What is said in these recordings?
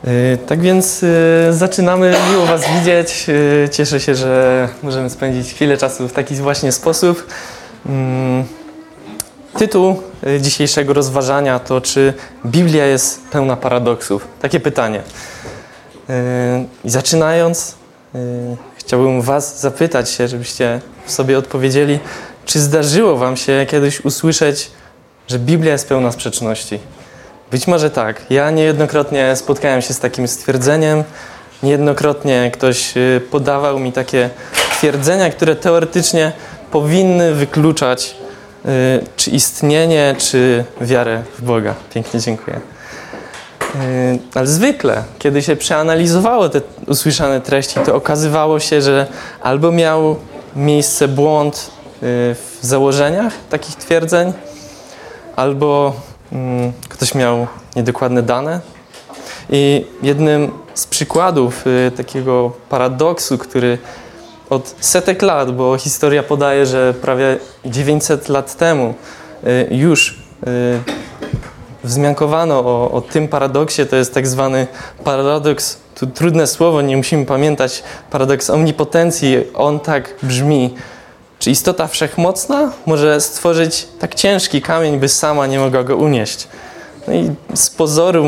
Tak więc zaczynamy. Miło Was widzieć. Cieszę się, że możemy spędzić chwilę czasu w taki właśnie sposób. Tytuł dzisiejszego rozważania to, czy Biblia jest pełna paradoksów? Takie pytanie. I zaczynając, chciałbym Was zapytać się, żebyście sobie odpowiedzieli, czy zdarzyło Wam się kiedyś usłyszeć, że Biblia jest pełna sprzeczności? Być może tak. Ja niejednokrotnie spotkałem się z takim stwierdzeniem. Niejednokrotnie ktoś podawał mi takie twierdzenia, które teoretycznie powinny wykluczać czy istnienie, czy wiarę w Boga. Pięknie dziękuję. Ale zwykle, kiedy się przeanalizowało te usłyszane treści, to okazywało się, że albo miał miejsce błąd w założeniach takich twierdzeń, albo ktoś miał niedokładne dane. I jednym z przykładów takiego paradoksu, który od setek lat, bo historia podaje, że prawie 900 lat temu już wzmiankowano o tym paradoksie, to jest tak zwany paradoks, tu trudne słowo, nie musimy pamiętać, paradoks omnipotencji, on tak brzmi. Czy istota wszechmocna może stworzyć tak ciężki kamień, by sama nie mogła go unieść? No i z pozoru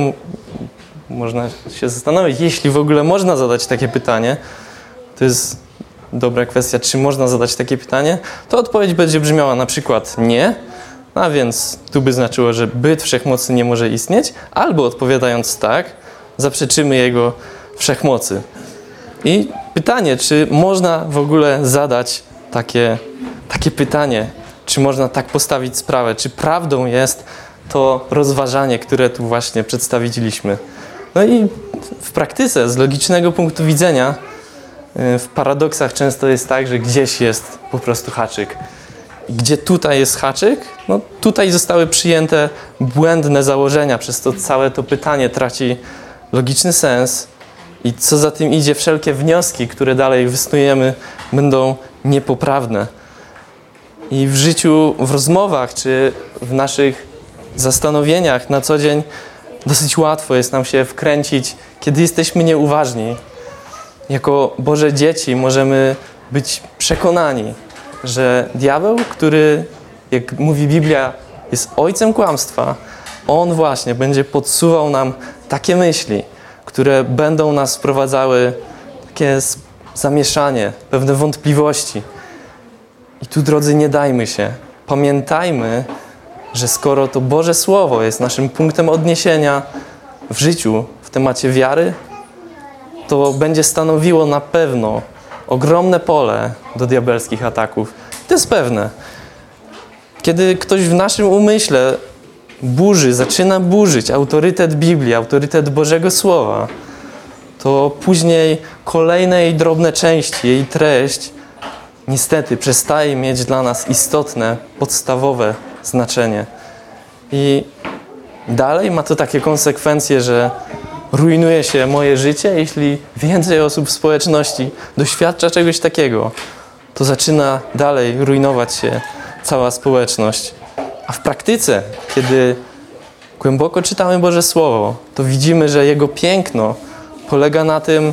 można się zastanowić, jeśli w ogóle można zadać takie pytanie, to jest dobra kwestia, czy można zadać takie pytanie, to odpowiedź będzie brzmiała na przykład nie, a więc tu by znaczyło, że byt wszechmocny nie może istnieć, albo odpowiadając tak, zaprzeczymy jego wszechmocy. I pytanie, czy można w ogóle zadać takie pytanie, czy można tak postawić sprawę, czy prawdą jest to rozważanie, które tu właśnie przedstawiliśmy. No i w praktyce, z logicznego punktu widzenia, w paradoksach często jest tak, że gdzieś jest po prostu haczyk. I gdzie tutaj jest haczyk, no tutaj zostały przyjęte błędne założenia, przez to całe to pytanie traci logiczny sens i co za tym idzie, wszelkie wnioski, które dalej wysnujemy, będą niepoprawne. I w życiu, w rozmowach, czy w naszych zastanowieniach na co dzień dosyć łatwo jest nam się wkręcić, kiedy jesteśmy nieuważni. Jako Boże dzieci możemy być przekonani, że diabeł, który, jak mówi Biblia, jest ojcem kłamstwa, on właśnie będzie podsuwał nam takie myśli, które będą nas wprowadzały takie zamieszanie, pewne wątpliwości. I tu, drodzy, nie dajmy się. Pamiętajmy, że skoro to Boże Słowo jest naszym punktem odniesienia w życiu, w temacie wiary, to będzie stanowiło na pewno ogromne pole do diabelskich ataków. To jest pewne. Kiedy ktoś w naszym umyśle zaczyna burzyć autorytet Biblii, autorytet Bożego Słowa, to później kolejne jej drobne części, jej treść niestety przestaje mieć dla nas istotne, podstawowe znaczenie. I dalej ma to takie konsekwencje, że rujnuje się moje życie, jeśli więcej osób w społeczności doświadcza czegoś takiego, to zaczyna dalej rujnować się cała społeczność. A w praktyce, kiedy głęboko czytamy Boże Słowo, to widzimy, że jego piękno polega na tym,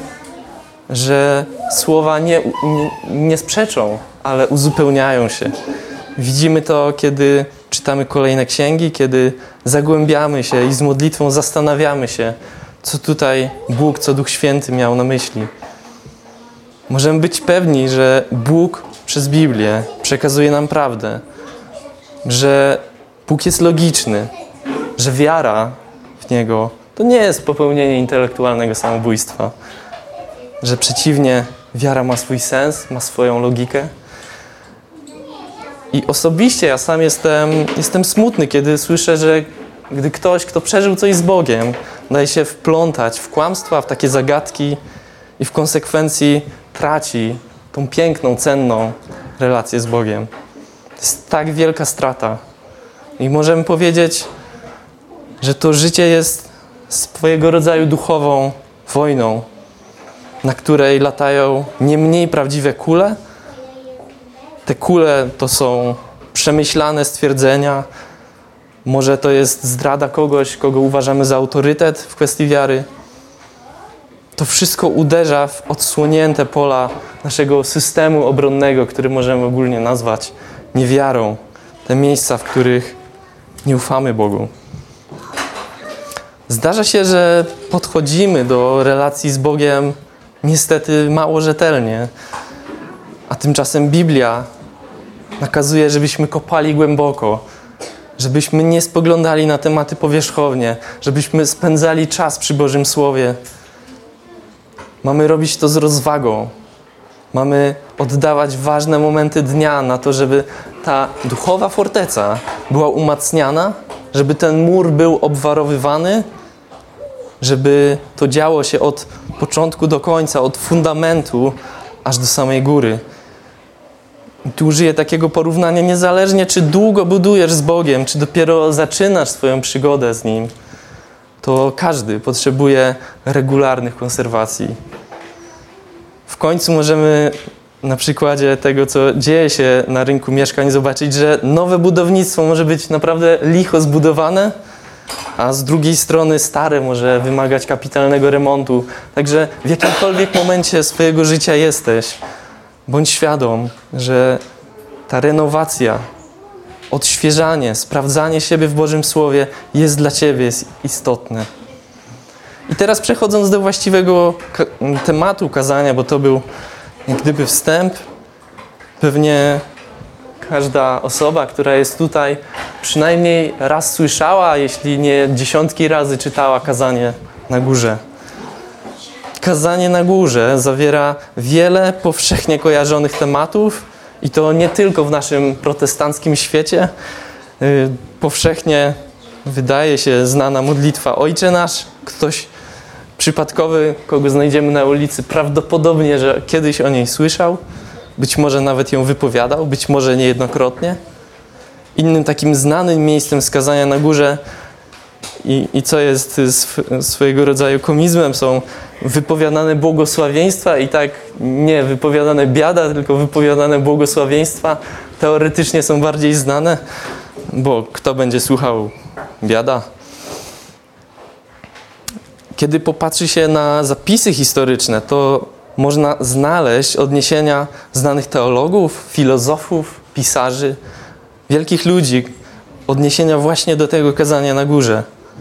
że słowa nie sprzeczą, ale uzupełniają się. Widzimy to, kiedy czytamy kolejne księgi, kiedy zagłębiamy się i z modlitwą zastanawiamy się, co tutaj Bóg, co Duch Święty miał na myśli. Możemy być pewni, że Bóg przez Biblię przekazuje nam prawdę, że Bóg jest logiczny, że wiara w Niego to nie jest popełnienie intelektualnego samobójstwa, że przeciwnie, wiara ma swój sens, ma swoją logikę. I osobiście ja sam jestem smutny, kiedy słyszę, że gdy ktoś, kto przeżył coś z Bogiem, daje się wplątać w kłamstwa, w takie zagadki i w konsekwencji traci tą piękną, cenną relację z Bogiem. To jest tak wielka strata. I możemy powiedzieć, że to życie jest swojego rodzaju duchową wojną, na której latają nie mniej prawdziwe kule. Te kule to są przemyślane stwierdzenia. Może to jest zdrada kogoś, kogo uważamy za autorytet w kwestii wiary. to wszystko uderza w odsłonięte pola naszego systemu obronnego, który możemy ogólnie nazwać niewiarą. Te miejsca, w których nie ufamy Bogu. Zdarza się, że podchodzimy do relacji z Bogiem niestety mało rzetelnie, a tymczasem Biblia nakazuje, żebyśmy kopali głęboko, żebyśmy nie spoglądali na tematy powierzchownie, żebyśmy spędzali czas przy Bożym Słowie. Mamy robić to z rozwagą. Mamy oddawać ważne momenty dnia na to, żeby ta duchowa forteca była umacniana, żeby ten mur był obwarowywany, żeby to działo się od początku do końca, od fundamentu aż do samej góry. I tu użyję takiego porównania, niezależnie czy długo budujesz z Bogiem, czy dopiero zaczynasz swoją przygodę z Nim, to każdy potrzebuje regularnych konserwacji. W końcu możemy na przykładzie tego, co dzieje się na rynku mieszkań, zobaczyć, że nowe budownictwo może być naprawdę licho zbudowane, a z drugiej strony stare może wymagać kapitalnego remontu. Także w jakimkolwiek momencie swojego życia jesteś, bądź świadom, że ta renowacja, odświeżanie, sprawdzanie siebie w Bożym Słowie jest dla Ciebie istotne. I teraz przechodząc do właściwego tematu kazania, bo to był jak gdyby wstęp, pewnie każda osoba, która jest tutaj, przynajmniej raz słyszała, jeśli nie dziesiątki razy czytała kazanie na górze. Kazanie na górze zawiera wiele powszechnie kojarzonych tematów i to nie tylko w naszym protestanckim świecie. Powszechnie wydaje się znana modlitwa Ojcze Nasz. Ktoś przypadkowy, kogo znajdziemy na ulicy, prawdopodobnie, że kiedyś o niej słyszał, być może nawet ją wypowiadał, być może niejednokrotnie. Innym takim znanym miejscem skazania na górze i co jest swojego rodzaju komizmem, są wypowiadane błogosławieństwa i tak nie wypowiadane biada, tylko wypowiadane błogosławieństwa teoretycznie są bardziej znane, bo kto będzie słuchał biada? Kiedy popatrzy się na zapisy historyczne, to można znaleźć odniesienia znanych teologów, filozofów, pisarzy, wielkich ludzi, odniesienia właśnie do tego kazania na górze.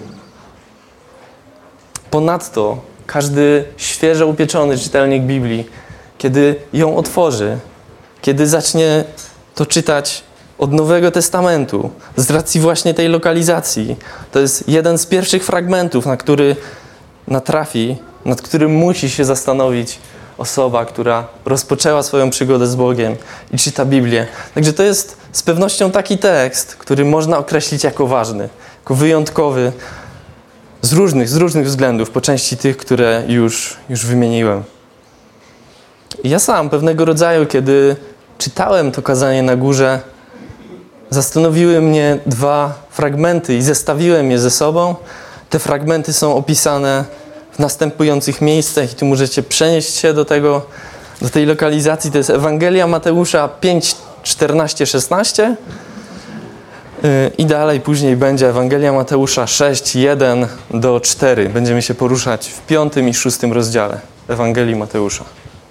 Ponadto każdy świeżo upieczony czytelnik Biblii, kiedy ją otworzy, kiedy zacznie to czytać od Nowego Testamentu, z racji właśnie tej lokalizacji, to jest jeden z pierwszych fragmentów, na który natrafi, nad którym musi się zastanowić osoba, która rozpoczęła swoją przygodę z Bogiem i czyta Biblię. Także to jest z pewnością taki tekst, który można określić jako ważny, jako wyjątkowy z różnych względów, po części tych, które już wymieniłem. I ja sam pewnego rodzaju, kiedy czytałem to kazanie na górze, zastanowiły mnie dwa fragmenty i zestawiłem je ze sobą. Te fragmenty są opisane w następujących miejscach i tu możecie przenieść się do tej lokalizacji. To jest Ewangelia Mateusza 5, 14, 16 i dalej później będzie Ewangelia Mateusza 6, 1 do 4. Będziemy się poruszać w 5 i 6 rozdziale Ewangelii Mateusza.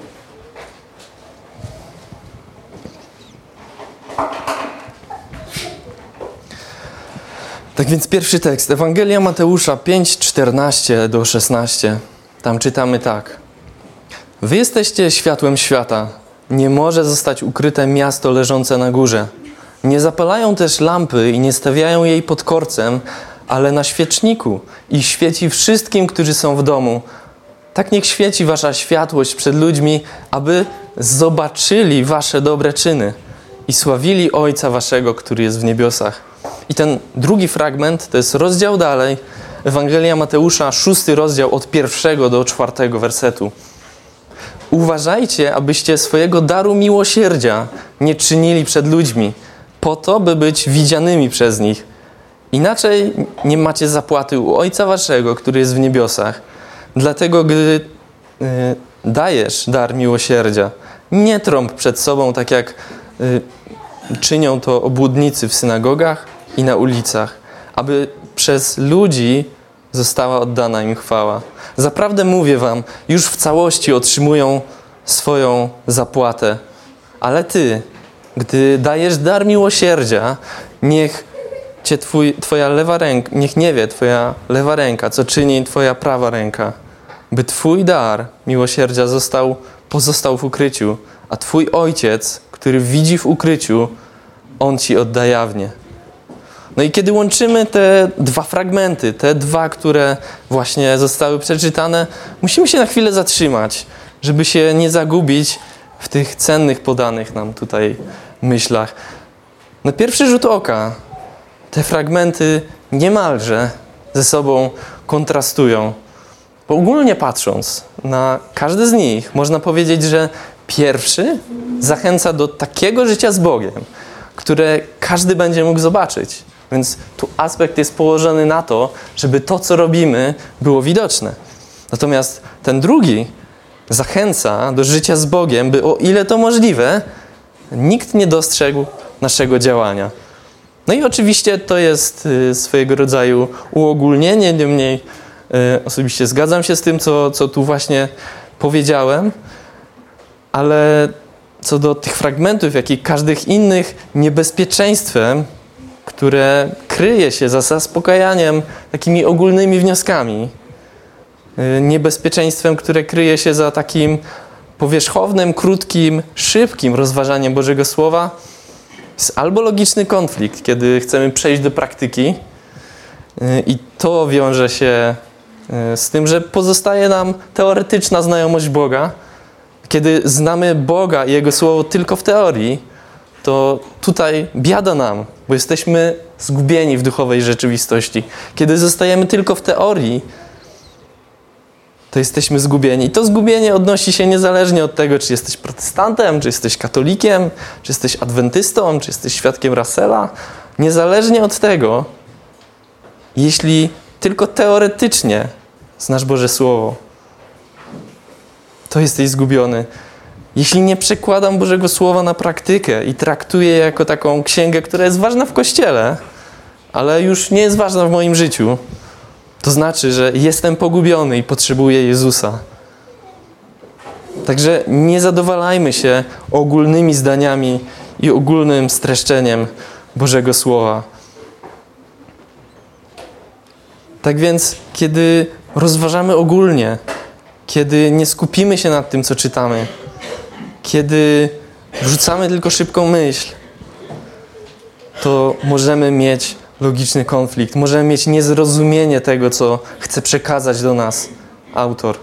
Tak więc pierwszy tekst, Ewangelia Mateusza 5, 14 do 16. Tam czytamy tak. Wy jesteście światłem świata. Nie może zostać ukryte miasto leżące na górze. Nie zapalają też lampy i nie stawiają jej pod korcem, ale na świeczniku i świeci wszystkim, którzy są w domu. Tak niech świeci wasza światłość przed ludźmi, aby zobaczyli wasze dobre czyny i sławili Ojca waszego, który jest w niebiosach. I ten drugi fragment, to jest rozdział dalej, Ewangelia Mateusza, 6 rozdział od 1 do 4 wersetu. Uważajcie, abyście swojego daru miłosierdzia nie czynili przed ludźmi, po to, by być widzianymi przez nich. Inaczej nie macie zapłaty u Ojca waszego, który jest w niebiosach. Dlatego, gdy dajesz dar miłosierdzia, nie trąb przed sobą, tak jak czynią to obłudnicy w synagogach i na ulicach, aby przez ludzi została oddana im chwała. Zaprawdę mówię wam, już w całości otrzymują swoją zapłatę. Ale ty, gdy dajesz dar miłosierdzia, niech nie wie twoja lewa ręka, co czyni twoja prawa ręka, by twój dar miłosierdzia pozostał w ukryciu, a twój Ojciec, który widzi w ukryciu, On ci odda jawnie. No i kiedy łączymy te dwa fragmenty, te dwa, które właśnie zostały przeczytane, musimy się na chwilę zatrzymać, żeby się nie zagubić w tych cennych podanych nam tutaj myślach. Na pierwszy rzut oka te fragmenty niemalże ze sobą kontrastują. Bo ogólnie patrząc na każdy z nich, można powiedzieć, że pierwszy zachęca do takiego życia z Bogiem, które każdy będzie mógł zobaczyć. Więc tu aspekt jest położony na to, żeby to, co robimy, było widoczne. Natomiast ten drugi zachęca do życia z Bogiem, by o ile to możliwe, nikt nie dostrzegł naszego działania. No i oczywiście to jest swojego rodzaju uogólnienie, niemniej osobiście zgadzam się z tym, co tu właśnie powiedziałem, ale co do tych fragmentów, jak i każdych innych, niebezpieczeństwem, które kryje się za zaspokajaniem takimi ogólnymi wnioskami, niebezpieczeństwem, które kryje się za takim powierzchownym, krótkim, szybkim rozważaniem Bożego Słowa, jest albo logiczny konflikt, kiedy chcemy przejść do praktyki i to wiąże się z tym, że pozostaje nam teoretyczna znajomość Boga. Kiedy znamy Boga i Jego Słowo tylko w teorii, to tutaj biada nam, bo jesteśmy zgubieni w duchowej rzeczywistości. Kiedy zostajemy tylko w teorii, to jesteśmy zgubieni. I to zgubienie odnosi się niezależnie od tego, czy jesteś protestantem, czy jesteś katolikiem, czy jesteś adwentystą, czy jesteś świadkiem Russella. Niezależnie od tego, jeśli tylko teoretycznie znasz Boże Słowo, to jesteś zgubiony. Jeśli nie przekładam Bożego Słowa na praktykę i traktuję je jako taką księgę, która jest ważna w Kościele, ale już nie jest ważna w moim życiu, to znaczy, że jestem pogubiony i potrzebuję Jezusa. Także nie zadowalajmy się ogólnymi zdaniami i ogólnym streszczeniem Bożego Słowa. Tak więc, kiedy rozważamy ogólnie, kiedy nie skupimy się nad tym, co czytamy, kiedy wrzucamy tylko szybką myśl, to możemy mieć logiczny konflikt, możemy mieć niezrozumienie tego, co chce przekazać do nas autor.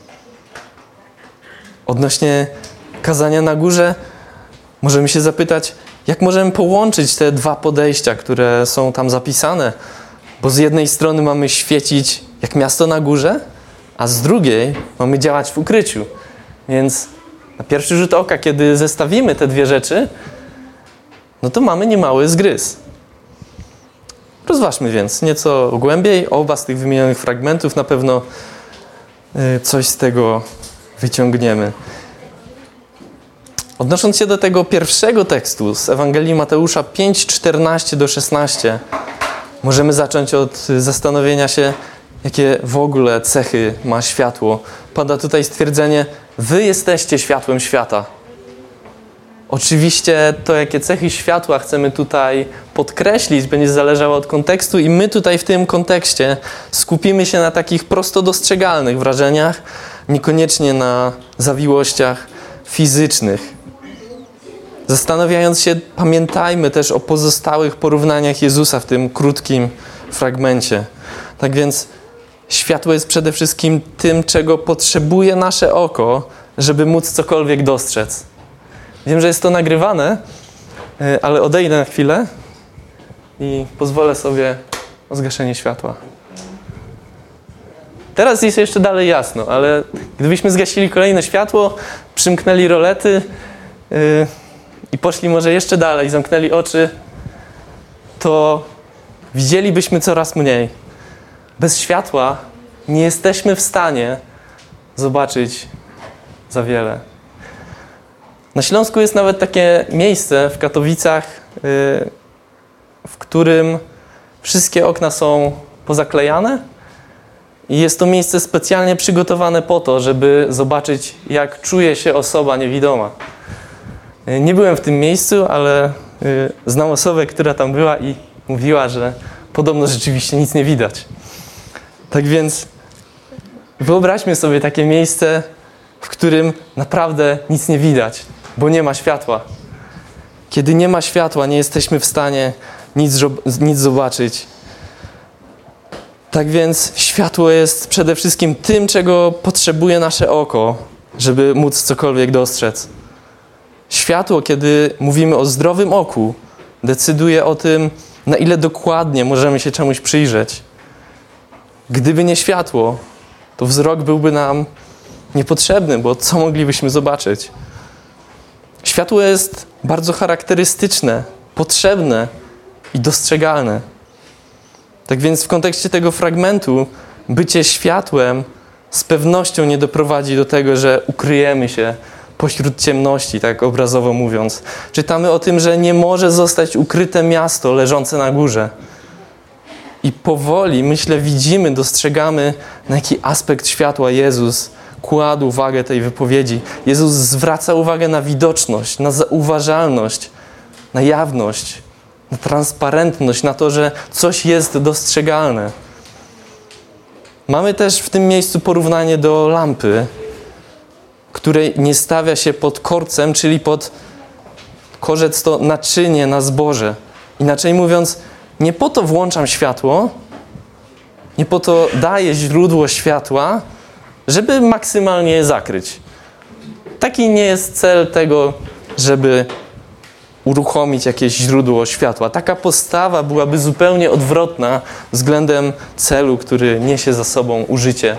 Odnośnie kazania na górze możemy się zapytać, jak możemy połączyć te dwa podejścia, które są tam zapisane, bo z jednej strony mamy świecić jak miasto na górze, a z drugiej mamy działać w ukryciu. Więc na pierwszy rzut oka, kiedy zestawimy te dwie rzeczy, no to mamy niemały zgryz. Rozważmy więc nieco głębiej oba z tych wymienionych fragmentów. Na pewno coś z tego wyciągniemy. Odnosząc się do tego pierwszego tekstu z Ewangelii Mateusza 5:14-16, możemy zacząć od zastanowienia się, jakie w ogóle cechy ma światło. Pada tutaj stwierdzenie, wy jesteście światłem świata. Oczywiście to, jakie cechy światła chcemy tutaj podkreślić, będzie zależało od kontekstu i my tutaj w tym kontekście skupimy się na takich prosto dostrzegalnych wrażeniach, niekoniecznie na zawiłościach fizycznych. Zastanawiając się, pamiętajmy też o pozostałych porównaniach Jezusa w tym krótkim fragmencie. Tak więc światło jest przede wszystkim tym, czego potrzebuje nasze oko, żeby móc cokolwiek dostrzec. Wiem, że jest to nagrywane, ale odejdę na chwilę i pozwolę sobie o zgaszenie światła. Teraz jest jeszcze dalej jasno, ale gdybyśmy zgasili kolejne światło, przymknęli rolety i poszli może jeszcze dalej, zamknęli oczy, to widzielibyśmy coraz mniej. Bez światła nie jesteśmy w stanie zobaczyć za wiele. Na Śląsku jest nawet takie miejsce w Katowicach, w którym wszystkie okna są pozaklejane I jest to miejsce specjalnie przygotowane po to, żeby zobaczyć, jak czuje się osoba niewidoma. Nie byłem w tym miejscu, ale znam osobę, która tam była i mówiła, że podobno rzeczywiście nic nie widać. Tak więc wyobraźmy sobie takie miejsce, w którym naprawdę nic nie widać, bo nie ma światła. Kiedy nie ma światła, nie jesteśmy w stanie nic zobaczyć. Tak więc światło jest przede wszystkim tym, czego potrzebuje nasze oko, żeby móc cokolwiek dostrzec. Światło, kiedy mówimy o zdrowym oku, decyduje o tym, na ile dokładnie możemy się czemuś przyjrzeć. Gdyby nie światło, to wzrok byłby nam niepotrzebny, bo co moglibyśmy zobaczyć? Światło jest bardzo charakterystyczne, potrzebne i dostrzegalne. Tak więc w kontekście tego fragmentu bycie światłem z pewnością nie doprowadzi do tego, że ukryjemy się pośród ciemności, tak obrazowo mówiąc. Czytamy o tym, że nie może zostać ukryte miasto leżące na górze. I powoli, myślę, widzimy, dostrzegamy, na jaki aspekt światła Jezus kładł uwagę tej wypowiedzi. Jezus zwraca uwagę na widoczność, na zauważalność, na jawność, na transparentność, na to, że coś jest dostrzegalne. Mamy też w tym miejscu porównanie do lampy, której nie stawia się pod korcem, czyli pod korzec to naczynie na zboże. Inaczej mówiąc, nie po to włączam światło, nie po to daję źródło światła, żeby maksymalnie je zakryć. Taki nie jest cel tego, żeby uruchomić jakieś źródło światła. Taka postawa byłaby zupełnie odwrotna względem celu, który niesie za sobą użycie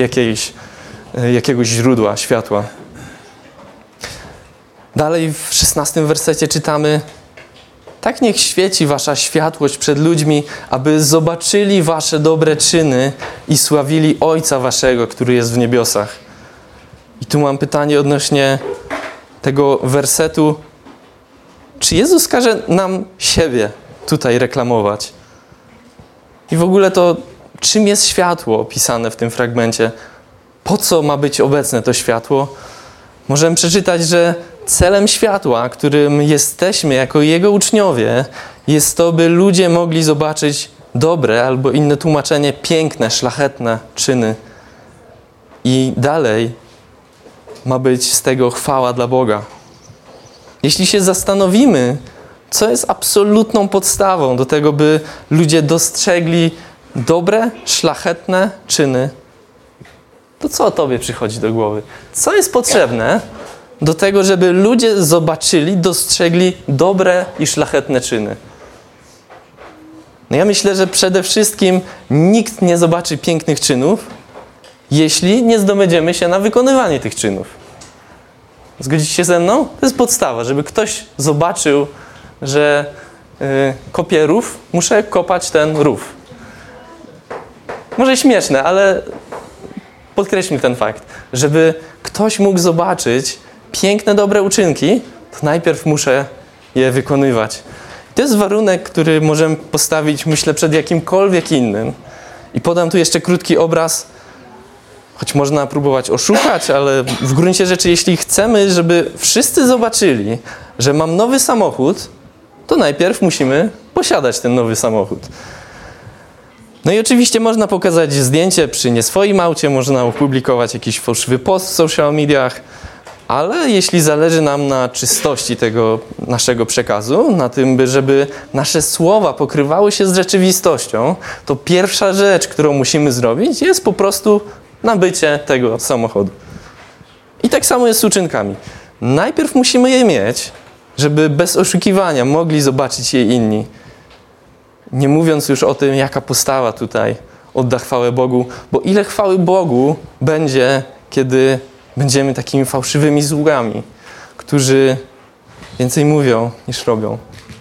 jakiegoś źródła światła. Dalej w 16 wersecie czytamy: tak niech świeci wasza światłość przed ludźmi, aby zobaczyli wasze dobre czyny i sławili Ojca waszego, który jest w niebiosach. I tu mam pytanie odnośnie tego wersetu. Czy Jezus każe nam siebie tutaj reklamować? I w ogóle to, czym jest światło opisane w tym fragmencie? Po co ma być obecne to światło? Możemy przeczytać, że celem światła, którym jesteśmy jako Jego uczniowie, jest to, by ludzie mogli zobaczyć dobre, albo inne tłumaczenie, piękne, szlachetne czyny. I dalej ma być z tego chwała dla Boga. Jeśli się zastanowimy, co jest absolutną podstawą do tego, by ludzie dostrzegli dobre, szlachetne czyny, to co tobie przychodzi do głowy? Co jest potrzebne do tego, żeby ludzie zobaczyli, dostrzegli dobre i szlachetne czyny? No ja myślę, że przede wszystkim nikt nie zobaczy pięknych czynów, jeśli nie zdobędziemy się na wykonywanie tych czynów. Zgodzicie się ze mną? To jest podstawa. Żeby ktoś zobaczył, że kopię rów, muszę kopać ten rów. Może śmieszne, ale podkreślmy ten fakt. Żeby ktoś mógł zobaczyć piękne, dobre uczynki, to najpierw muszę je wykonywać. To jest warunek, który możemy postawić, myślę, przed jakimkolwiek innym. I podam tu jeszcze krótki obraz, choć można próbować oszukać, ale w gruncie rzeczy, jeśli chcemy, żeby wszyscy zobaczyli, że mam nowy samochód, to najpierw musimy posiadać ten nowy samochód. No i oczywiście można pokazać zdjęcie przy nie swoim aucie, można opublikować jakiś fałszywy post w social mediach, ale jeśli zależy nam na czystości tego naszego przekazu, na tym, żeby nasze słowa pokrywały się z rzeczywistością, to pierwsza rzecz, którą musimy zrobić, jest po prostu nabycie tego samochodu. I tak samo jest z uczynkami. Najpierw musimy je mieć, żeby bez oszukiwania mogli zobaczyć je inni. Nie mówiąc już o tym, jaka postawa tutaj odda chwałę Bogu, bo ile chwały Bogu będzie, kiedy będziemy takimi fałszywymi sługami, którzy więcej mówią niż robią.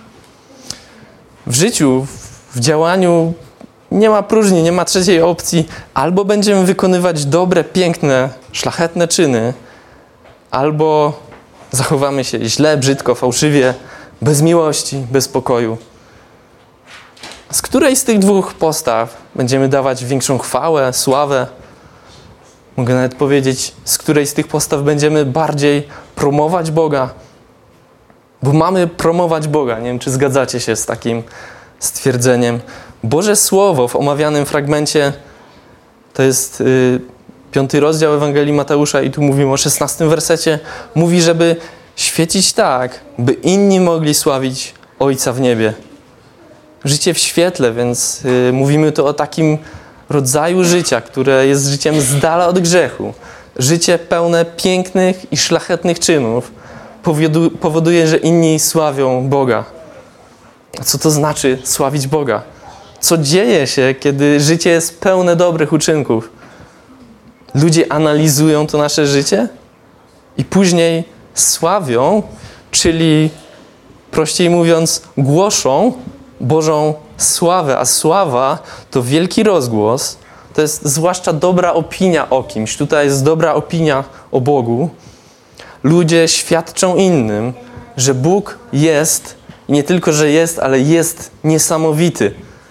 W życiu, w działaniu nie ma próżni, nie ma trzeciej opcji. Albo będziemy wykonywać dobre, piękne, szlachetne czyny, albo zachowamy się źle, brzydko, fałszywie, bez miłości, bez pokoju. z której z tych dwóch postaw będziemy dawać większą chwałę, sławę? Mogę nawet powiedzieć, z której z tych postaw będziemy bardziej promować Boga? Bo mamy promować Boga. Nie wiem, czy zgadzacie się z takim stwierdzeniem. Boże Słowo w omawianym fragmencie to jest 5 rozdział Ewangelii Mateusza i tu mówimy o 16 wersecie. Mówi, żeby świecić tak, by inni mogli sławić Ojca w niebie. Życie w świetle, więc mówimy tu o takim rodzaju życia, które jest życiem z dala od grzechu. Życie pełne pięknych i szlachetnych czynów powoduje, że inni sławią Boga. A co to znaczy sławić Boga? Co dzieje się, kiedy życie jest pełne dobrych uczynków? Ludzie analizują to nasze życie i później sławią, czyli prościej mówiąc, głoszą Bożą sławę. A sława to wielki rozgłos. To jest zwłaszcza dobra opinia o kimś. Tutaj jest dobra opinia o Bogu. Ludzie świadczą innym, że Bóg jest i nie tylko, że jest, ale jest niesamowity.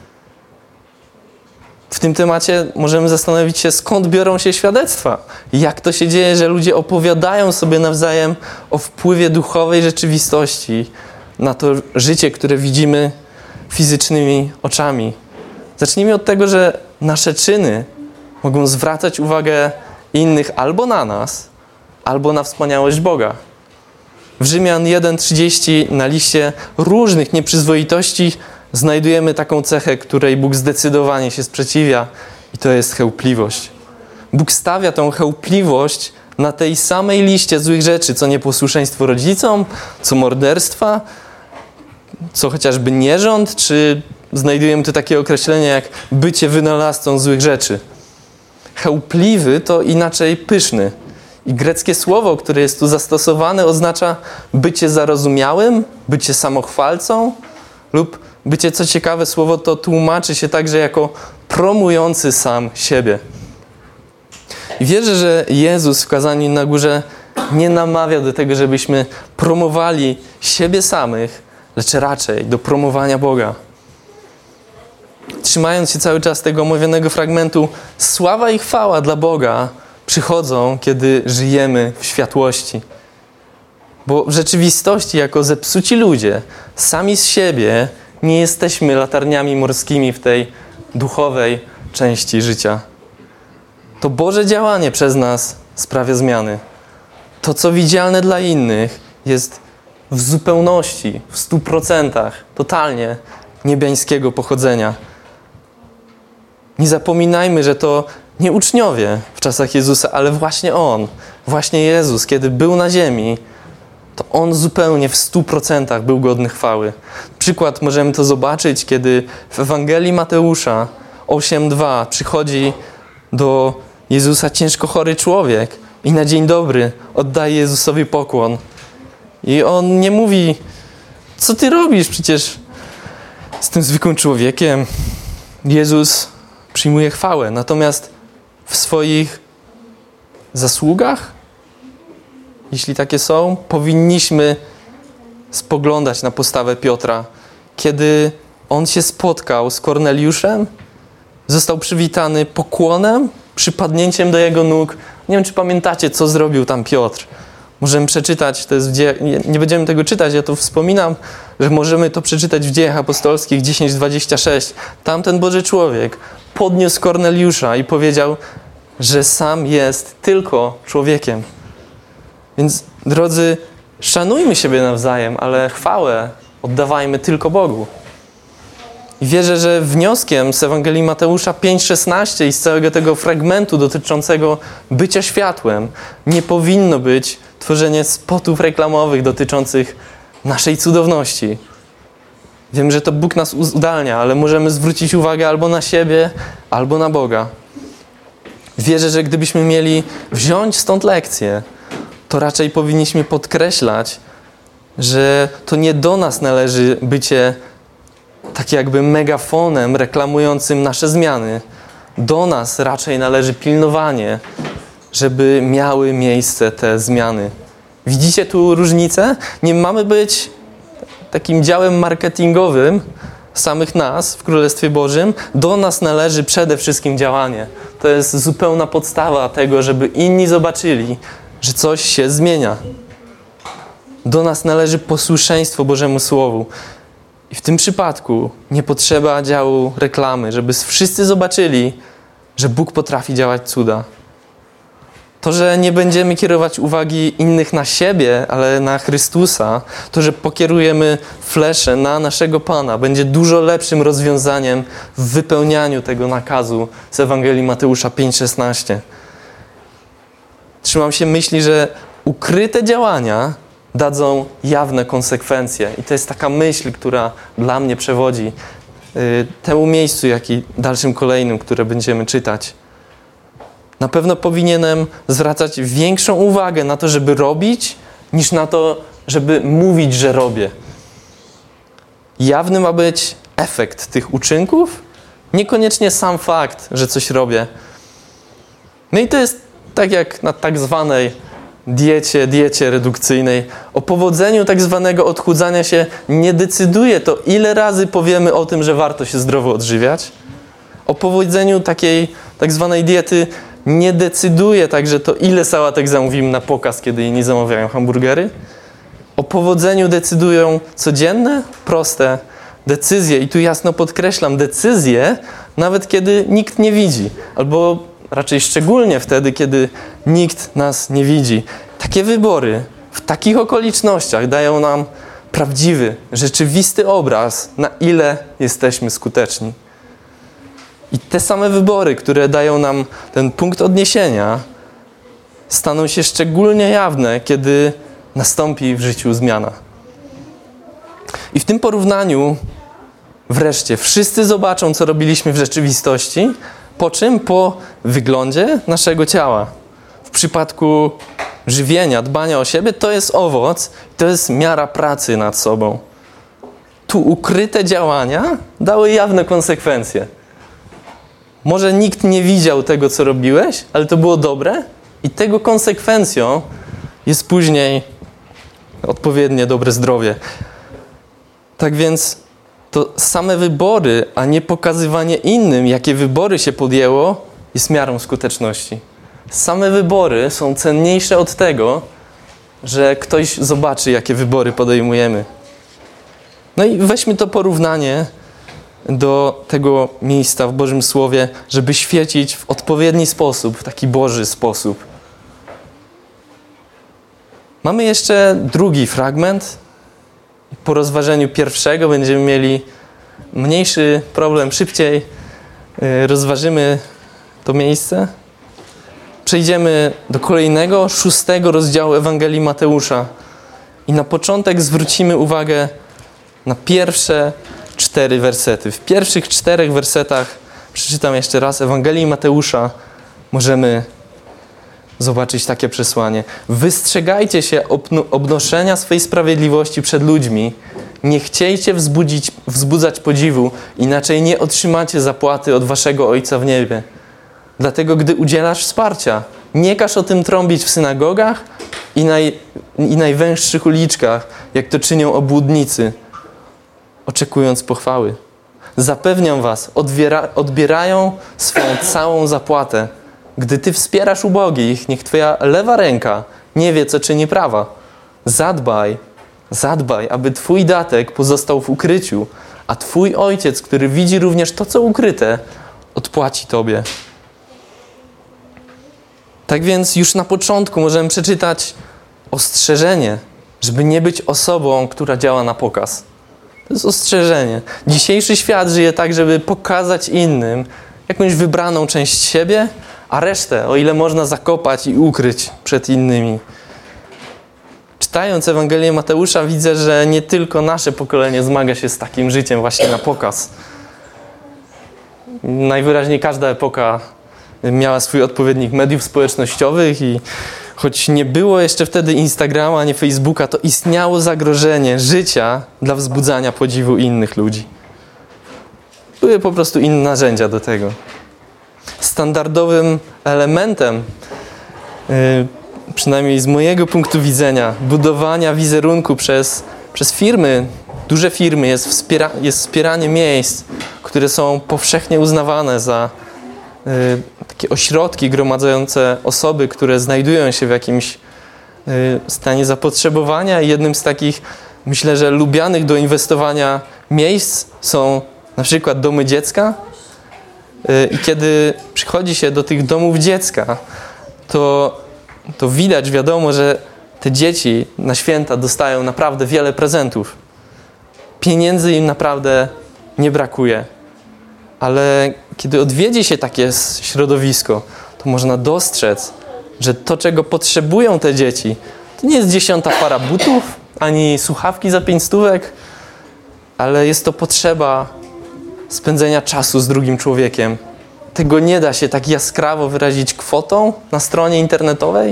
W tym temacie możemy zastanowić się, skąd biorą się świadectwa. Jak to się dzieje, że ludzie opowiadają sobie nawzajem o wpływie duchowej rzeczywistości na to życie, które widzimy fizycznymi oczami. Zacznijmy od tego, że nasze czyny mogą zwracać uwagę innych albo na nas, albo na wspaniałość Boga. W Rzymian 1:30 na liście różnych nieprzyzwoitości znajdujemy taką cechę, której Bóg zdecydowanie się sprzeciwia i to jest chełpliwość. Bóg stawia tą chełpliwość na tej samej liście złych rzeczy, co nieposłuszeństwo rodzicom, co morderstwa, co chociażby nierząd, czy znajdujemy tu takie określenie jak bycie wynalazcą złych rzeczy. Chełpliwy to inaczej pyszny. I greckie słowo, które jest tu zastosowane, oznacza bycie zarozumiałym, bycie samochwalcą lub bycie, co ciekawe, słowo to tłumaczy się także jako promujący sam siebie. I wierzę, że Jezus w kazaniu na górze nie namawia do tego, żebyśmy promowali siebie samych, lecz raczej do promowania Boga. Trzymając się cały czas tego omawianego fragmentu, sława i chwała dla Boga przychodzą, kiedy żyjemy w światłości. Bo w rzeczywistości, jako zepsuci ludzie, sami z siebie nie jesteśmy latarniami morskimi w tej duchowej części życia. To Boże działanie przez nas sprawia zmiany. To, co widzialne dla innych, jest w zupełności, w 100%, totalnie niebiańskiego pochodzenia. Nie zapominajmy, że to nie uczniowie w czasach Jezusa, ale właśnie On, właśnie Jezus, kiedy był na ziemi, to On zupełnie w 100% był godny chwały. Przykład możemy to zobaczyć, kiedy w Ewangelii Mateusza 8:2 przychodzi do Jezusa ciężko chory człowiek i na dzień dobry oddaje Jezusowi pokłon. I On nie mówi, co ty robisz przecież z tym zwykłym człowiekiem. Jezus przyjmuje chwałę, natomiast w swoich zasługach, jeśli takie są, powinniśmy spoglądać na postawę Piotra. Kiedy on się spotkał z Korneliuszem, został przywitany pokłonem, przypadnięciem do jego nóg. Nie wiem, czy pamiętacie, co zrobił tam Piotr. Możemy przeczytać, to jest nie będziemy tego czytać, ja to wspominam, że możemy to przeczytać w Dziejach Apostolskich 10:26. Tamten Boży człowiek podniósł Korneliusza i powiedział, że sam jest tylko człowiekiem. Więc, drodzy, szanujmy siebie nawzajem, ale chwałę oddawajmy tylko Bogu. I wierzę, że wnioskiem z Ewangelii Mateusza 5:16 i z całego tego fragmentu dotyczącego bycia światłem nie powinno być tworzenie spotów reklamowych dotyczących naszej cudowności. Wiem, że to Bóg nas uzdalnia, ale możemy zwrócić uwagę albo na siebie, albo na Boga. Wierzę, że gdybyśmy mieli wziąć stąd lekcję, to raczej powinniśmy podkreślać, że to nie do nas należy bycie tak jakby megafonem reklamującym nasze zmiany. Do nas raczej należy pilnowanie, żeby miały miejsce te zmiany. Widzicie tu różnicę? Nie mamy być takim działem marketingowym, samych nas w Królestwie Bożym, do nas należy przede wszystkim działanie. To jest zupełna podstawa tego, żeby inni zobaczyli, że coś się zmienia. Do nas należy posłuszeństwo Bożemu Słowu. I w tym przypadku nie potrzeba działu reklamy, żeby wszyscy zobaczyli, że Bóg potrafi działać cuda. To, że nie będziemy kierować uwagi innych na siebie, ale na Chrystusa, to, że pokierujemy flesze na naszego Pana, będzie dużo lepszym rozwiązaniem w wypełnianiu tego nakazu z Ewangelii Mateusza 5,16. Trzymam się myśli, że ukryte działania dadzą jawne konsekwencje. I to jest taka myśl, która dla mnie przewodzi temu miejscu, jak i dalszym kolejnym, które będziemy czytać. Na pewno powinienem zwracać większą uwagę na to, żeby robić, niż na to, żeby mówić, że robię. Jawny ma być efekt tych uczynków, niekoniecznie sam fakt, że coś robię. No i to jest tak jak na tak zwanej diecie redukcyjnej. O powodzeniu tak zwanego odchudzania się nie decyduje to, ile razy powiemy o tym, że warto się zdrowo odżywiać. O powodzeniu takiej tak zwanej diety nie decyduje także to, ile sałatek zamówimy na pokaz, kiedy inni zamawiają hamburgery. O powodzeniu decydują codzienne, proste decyzje. I tu jasno podkreślam, decyzje, nawet kiedy nikt nie widzi. Albo raczej szczególnie wtedy, kiedy nikt nas nie widzi. Takie wybory w takich okolicznościach dają nam prawdziwy, rzeczywisty obraz, na ile jesteśmy skuteczni. I te same wybory, które dają nam ten punkt odniesienia, staną się szczególnie jawne, kiedy nastąpi w życiu zmiana. I w tym porównaniu wreszcie wszyscy zobaczą, co robiliśmy w rzeczywistości, po czym? Po wyglądzie naszego ciała. W przypadku żywienia, dbania o siebie, to jest owoc, to jest miara pracy nad sobą. Tu ukryte działania dały jawne konsekwencje. Może nikt nie widział tego, co robiłeś, ale to było dobre i tego konsekwencją jest później odpowiednie dobre zdrowie. Tak więc to same wybory, a nie pokazywanie innym, jakie wybory się podjęło, jest miarą skuteczności. Same wybory są cenniejsze od tego, że ktoś zobaczy, jakie wybory podejmujemy. No i weźmy to porównanie do tego miejsca w Bożym Słowie, żeby świecić w odpowiedni sposób, w taki Boży sposób. Mamy jeszcze drugi fragment. Po rozważeniu pierwszego będziemy mieli mniejszy problem, szybciej rozważymy to miejsce. Przejdziemy do kolejnego, 6 rozdziału Ewangelii Mateusza i na początek zwrócimy uwagę na pierwsze 4 wersety. W pierwszych 4 wersetach, przeczytam jeszcze raz, Ewangelii Mateusza, możemy zobaczyć takie przesłanie. Wystrzegajcie się obnoszenia swej sprawiedliwości przed ludźmi. Nie chciejcie wzbudzać podziwu, inaczej nie otrzymacie zapłaty od waszego Ojca w niebie. Dlatego, gdy udzielasz wsparcia, nie każ o tym trąbić w synagogach i najwęższych uliczkach, jak to czynią obłudnicy, oczekując pochwały. Zapewniam was, odbierają swą całą zapłatę. Gdy ty wspierasz ubogich, niech twoja lewa ręka nie wie, co czyni prawa. Zadbaj, aby twój datek pozostał w ukryciu, a twój Ojciec, który widzi również to, co ukryte, odpłaci tobie. Tak więc już na początku możemy przeczytać ostrzeżenie, żeby nie być osobą, która działa na pokaz. To jest ostrzeżenie. Dzisiejszy świat żyje tak, żeby pokazać innym jakąś wybraną część siebie, a resztę, o ile można, zakopać i ukryć przed innymi. Czytając Ewangelię Mateusza, widzę, że nie tylko nasze pokolenie zmaga się z takim życiem właśnie na pokaz. Najwyraźniej każda epoka miała swój odpowiednik mediów społecznościowych i choć nie było jeszcze wtedy Instagrama, ani Facebooka, to istniało zagrożenie życia dla wzbudzania podziwu innych ludzi. Były po prostu inne narzędzia do tego. Standardowym elementem, przynajmniej z mojego punktu widzenia, budowania wizerunku przez firmy duże firmy, jest wspieranie miejsc, które są powszechnie uznawane za takie ośrodki gromadzające osoby, które znajdują się w jakimś stanie zapotrzebowania. I jednym z takich, myślę, że lubianych do inwestowania miejsc są na przykład domy dziecka. I kiedy przychodzi się do tych domów dziecka, to widać, wiadomo, że te dzieci na święta dostają naprawdę wiele prezentów. Pieniędzy im naprawdę nie brakuje. Ale kiedy odwiedzi się takie środowisko, to można dostrzec, że to, czego potrzebują te dzieci, to nie jest 10. para butów, ani słuchawki za 5 stówek, ale jest to potrzeba spędzenia czasu z drugim człowiekiem. Tego nie da się tak jaskrawo wyrazić kwotą na stronie internetowej,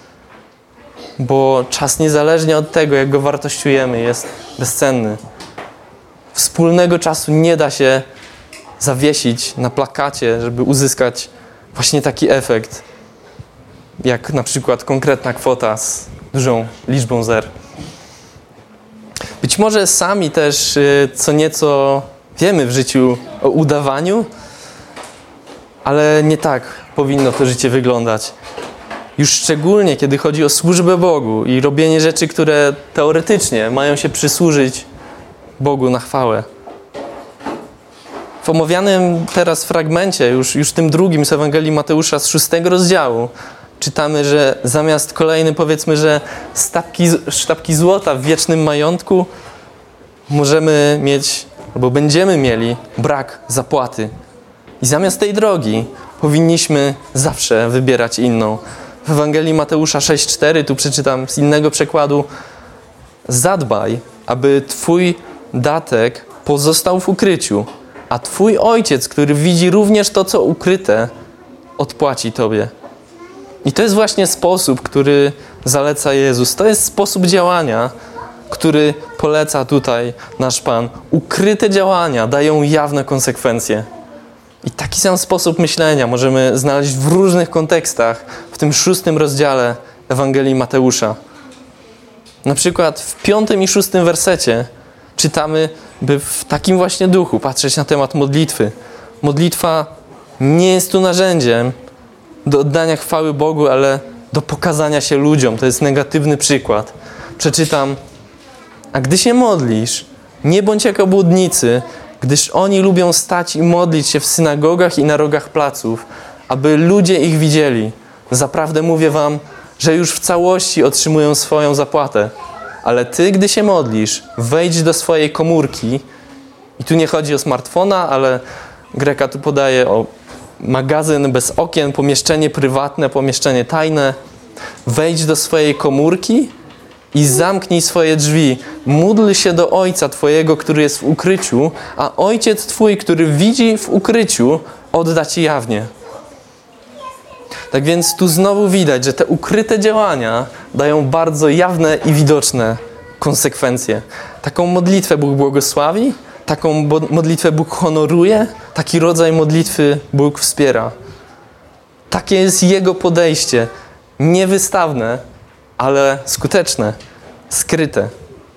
bo czas niezależnie od tego, jak go wartościujemy, jest bezcenny. Wspólnego czasu nie da się zawiesić na plakacie, żeby uzyskać właśnie taki efekt, jak na przykład konkretna kwota z dużą liczbą zer. Być może sami też co nieco wiemy w życiu o udawaniu, ale nie tak powinno to życie wyglądać. Już szczególnie, kiedy chodzi o służbę Bogu i robienie rzeczy, które teoretycznie mają się przysłużyć Bogu na chwałę. W omawianym teraz fragmencie, już tym drugim z Ewangelii Mateusza z 6 rozdziału, czytamy, że zamiast kolejny, powiedzmy, że sztabki złota w wiecznym majątku, możemy mieć, albo będziemy mieli brak zapłaty. I zamiast tej drogi powinniśmy zawsze wybierać inną. W Ewangelii Mateusza 6,4, tu przeczytam z innego przekładu: zadbaj, aby Twój datek pozostał w ukryciu, a Twój Ojciec, który widzi również to, co ukryte, odpłaci Tobie. I to jest właśnie sposób, który zaleca Jezus. To jest sposób działania, który poleca tutaj nasz Pan. Ukryte działania dają jawne konsekwencje. I taki sam sposób myślenia możemy znaleźć w różnych kontekstach w tym 6 rozdziale Ewangelii Mateusza. Na przykład w 5 i 6 wersecie czytamy, by w takim właśnie duchu patrzeć na temat modlitwy. Modlitwa nie jest tu narzędziem do oddania chwały Bogu, ale do pokazania się ludziom. To jest negatywny przykład. Przeczytam: a gdy się modlisz, nie bądź jak obłudnicy, gdyż oni lubią stać i modlić się w synagogach i na rogach placów, aby ludzie ich widzieli. Zaprawdę mówię wam, że już w całości otrzymują swoją zapłatę. Ale ty, gdy się modlisz, wejdź do swojej komórki. I tu nie chodzi o smartfona, ale Greka tu podaje o magazyn bez okien, pomieszczenie prywatne, pomieszczenie tajne. Wejdź do swojej komórki i zamknij swoje drzwi. Módl się do Ojca Twojego, który jest w ukryciu, a Ojciec Twój, który widzi w ukryciu, odda Ci jawnie. Tak więc tu znowu widać, że te ukryte działania dają bardzo jawne i widoczne konsekwencje. Taką modlitwę Bóg błogosławi, taką modlitwę Bóg honoruje, taki rodzaj modlitwy Bóg wspiera. Takie jest Jego podejście. Niewystawne, ale skuteczne, skryte.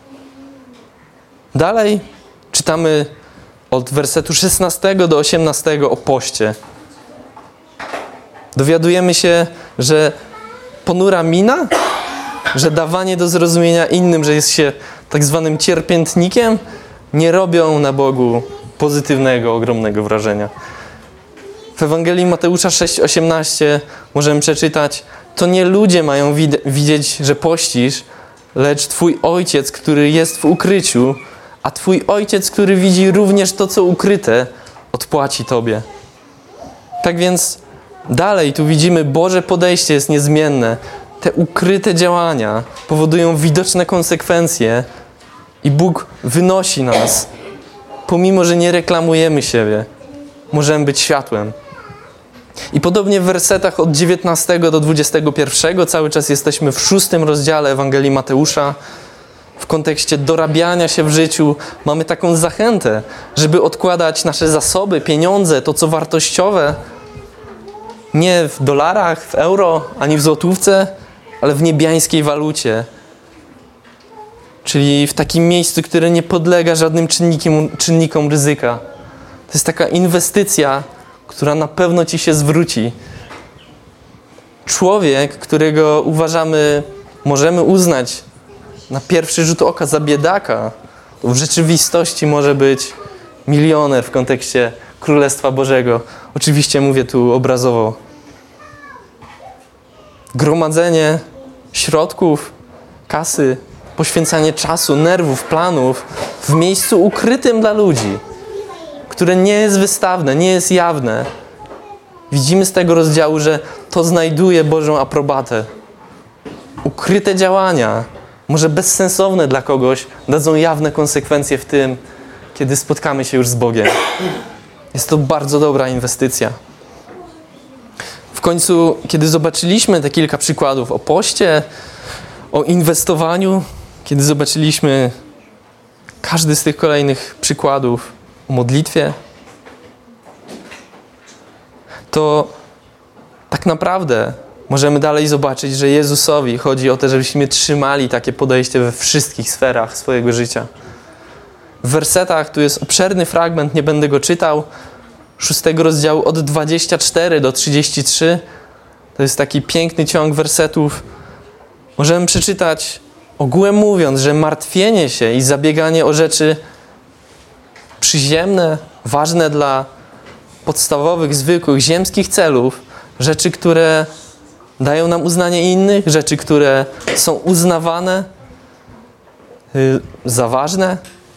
Dalej czytamy od wersetu 16 do 18 o poście. Dowiadujemy się, że ponura mina, że dawanie do zrozumienia innym, że jest się tak zwanym cierpiętnikiem, nie robią na Bogu pozytywnego, ogromnego wrażenia. W Ewangelii Mateusza 6,18 możemy przeczytać: to nie ludzie mają widzieć, że pościsz, lecz Twój Ojciec, który jest w ukryciu, a Twój Ojciec, który widzi również to, co ukryte, odpłaci Tobie. Tak więc dalej tu widzimy, Boże podejście jest niezmienne. Te ukryte działania powodują widoczne konsekwencje i Bóg wynosi nas. Pomimo, że nie reklamujemy siebie, możemy być światłem. I podobnie w wersetach od 19 do 21, cały czas jesteśmy w 6 rozdziale Ewangelii Mateusza. W kontekście dorabiania się w życiu mamy taką zachętę, żeby odkładać nasze zasoby, pieniądze, to co wartościowe, nie w dolarach, w euro, ani w złotówce, ale w niebiańskiej walucie. czyli w takim miejscu, które nie podlega żadnym czynnikom ryzyka. To jest taka inwestycja, która na pewno ci się zwróci. Człowiek, którego możemy uznać na pierwszy rzut oka za biedaka, to w rzeczywistości może być milioner w kontekście Królestwa Bożego. Oczywiście mówię tu obrazowo. Gromadzenie środków, kasy, poświęcanie czasu, nerwów, planów w miejscu ukrytym dla ludzi, które nie jest wystawne, nie jest jawne. Widzimy z tego rozdziału, że to znajduje Bożą aprobatę. Ukryte działania, może bezsensowne dla kogoś, dadzą jawne konsekwencje w tym, kiedy spotkamy się już z Bogiem. Jest to bardzo dobra inwestycja. W końcu, kiedy zobaczyliśmy te kilka przykładów o poście, o inwestowaniu, kiedy zobaczyliśmy każdy z tych kolejnych przykładów o modlitwie, to tak naprawdę możemy dalej zobaczyć, że Jezusowi chodzi o to, żebyśmy trzymali takie podejście we wszystkich sferach swojego życia. W wersetach, tu jest obszerny fragment, nie będę go czytał, 6 rozdziału od 24 do 33, to jest taki piękny ciąg wersetów. Możemy przeczytać, ogółem mówiąc, że martwienie się i zabieganie o rzeczy przyziemne, ważne dla podstawowych, zwykłych, ziemskich celów, rzeczy, które dają nam uznanie innych, rzeczy, które są uznawane za ważne,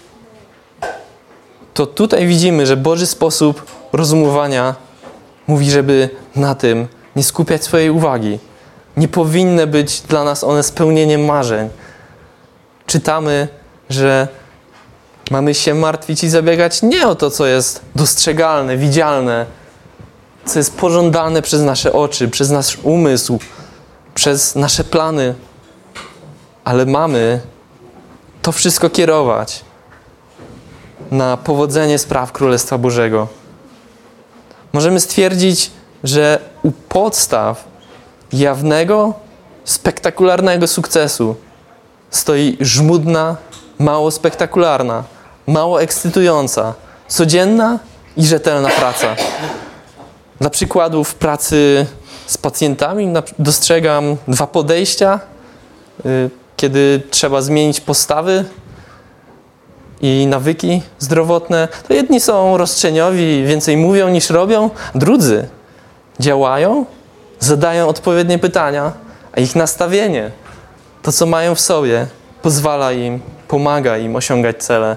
to tutaj widzimy, że Boży sposób rozumowania mówi, żeby na tym nie skupiać swojej uwagi. Nie powinny być dla nas one spełnieniem marzeń. Czytamy, że mamy się martwić i zabiegać nie o to, co jest dostrzegalne, widzialne, co jest pożądane przez nasze oczy, przez nasz umysł, przez nasze plany, ale mamy to wszystko kierować na powodzenie spraw Królestwa Bożego. Możemy stwierdzić, że u podstaw jawnego, spektakularnego sukcesu stoi żmudna, mało spektakularna, mało ekscytująca, codzienna i rzetelna praca. Dla przykładu w pracy z pacjentami dostrzegam 2 podejścia, kiedy trzeba zmienić postawy i nawyki zdrowotne. To jedni są roszczeniowi, więcej mówią niż robią, drudzy działają, zadają odpowiednie pytania, a ich nastawienie, to co mają w sobie, pozwala im, pomaga im osiągać cele.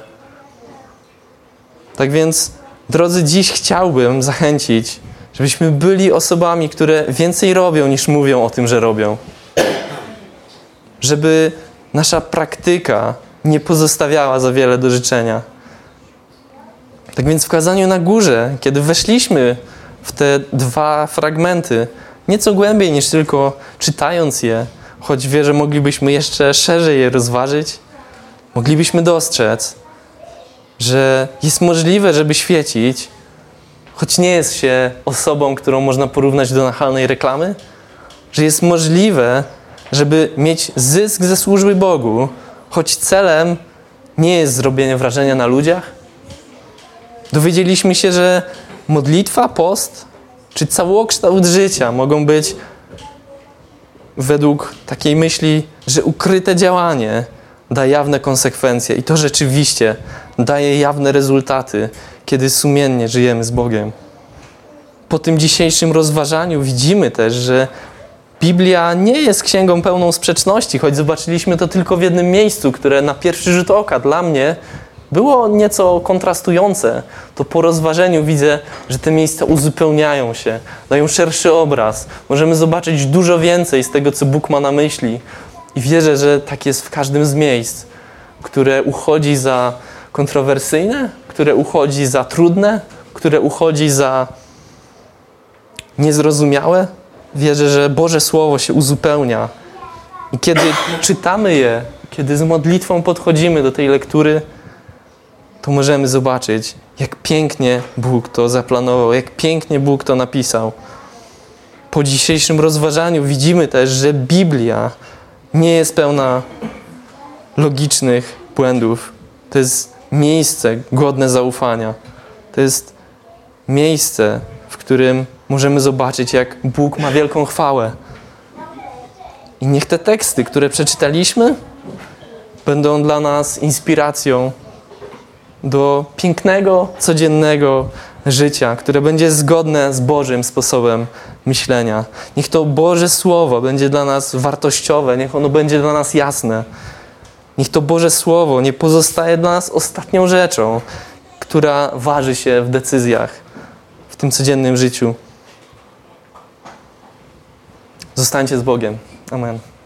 Tak więc, drodzy, dziś chciałbym zachęcić, żebyśmy byli osobami, które więcej robią niż mówią o tym, że robią. Żeby nasza praktyka nie pozostawiała za wiele do życzenia. Tak więc w kazaniu na górze, kiedy weszliśmy w te 2 fragmenty, nieco głębiej niż tylko czytając je, choć wierzę, moglibyśmy jeszcze szerzej je rozważyć, moglibyśmy dostrzec, że jest możliwe, żeby świecić, choć nie jest się osobą, którą można porównać do nachalnej reklamy, że jest możliwe, żeby mieć zysk ze służby Bogu, choć celem nie jest zrobienie wrażenia na ludziach. Dowiedzieliśmy się, że modlitwa, post czy całokształt życia mogą być według takiej myśli, że ukryte działanie da jawne konsekwencje i to rzeczywiście daje jawne rezultaty, kiedy sumiennie żyjemy z Bogiem. Po tym dzisiejszym rozważaniu widzimy też, że Biblia nie jest księgą pełną sprzeczności, choć zobaczyliśmy to tylko w jednym miejscu, które na pierwszy rzut oka dla mnie było nieco kontrastujące. To po rozważeniu widzę, że te miejsca uzupełniają się, dają szerszy obraz. Możemy zobaczyć dużo więcej z tego, co Bóg ma na myśli. I wierzę, że tak jest w każdym z miejsc, które uchodzi za kontrowersyjne, które uchodzi za trudne, które uchodzi za niezrozumiałe. Wierzę, że Boże Słowo się uzupełnia. I kiedy czytamy je, kiedy z modlitwą podchodzimy do tej lektury, to możemy zobaczyć, jak pięknie Bóg to zaplanował, jak pięknie Bóg to napisał. Po dzisiejszym rozważaniu widzimy też, że Biblia nie jest pełna logicznych błędów. To jest miejsce godne zaufania. To jest miejsce, w którym możemy zobaczyć, jak Bóg ma wielką chwałę. I niech te teksty, które przeczytaliśmy, będą dla nas inspiracją do pięknego, codziennego życia, które będzie zgodne z Bożym sposobem myślenia. Niech to Boże Słowo będzie dla nas wartościowe, niech ono będzie dla nas jasne. Niech to Boże Słowo nie pozostaje dla nas ostatnią rzeczą, która waży się w decyzjach, w tym codziennym życiu. Zostańcie z Bogiem. Amen.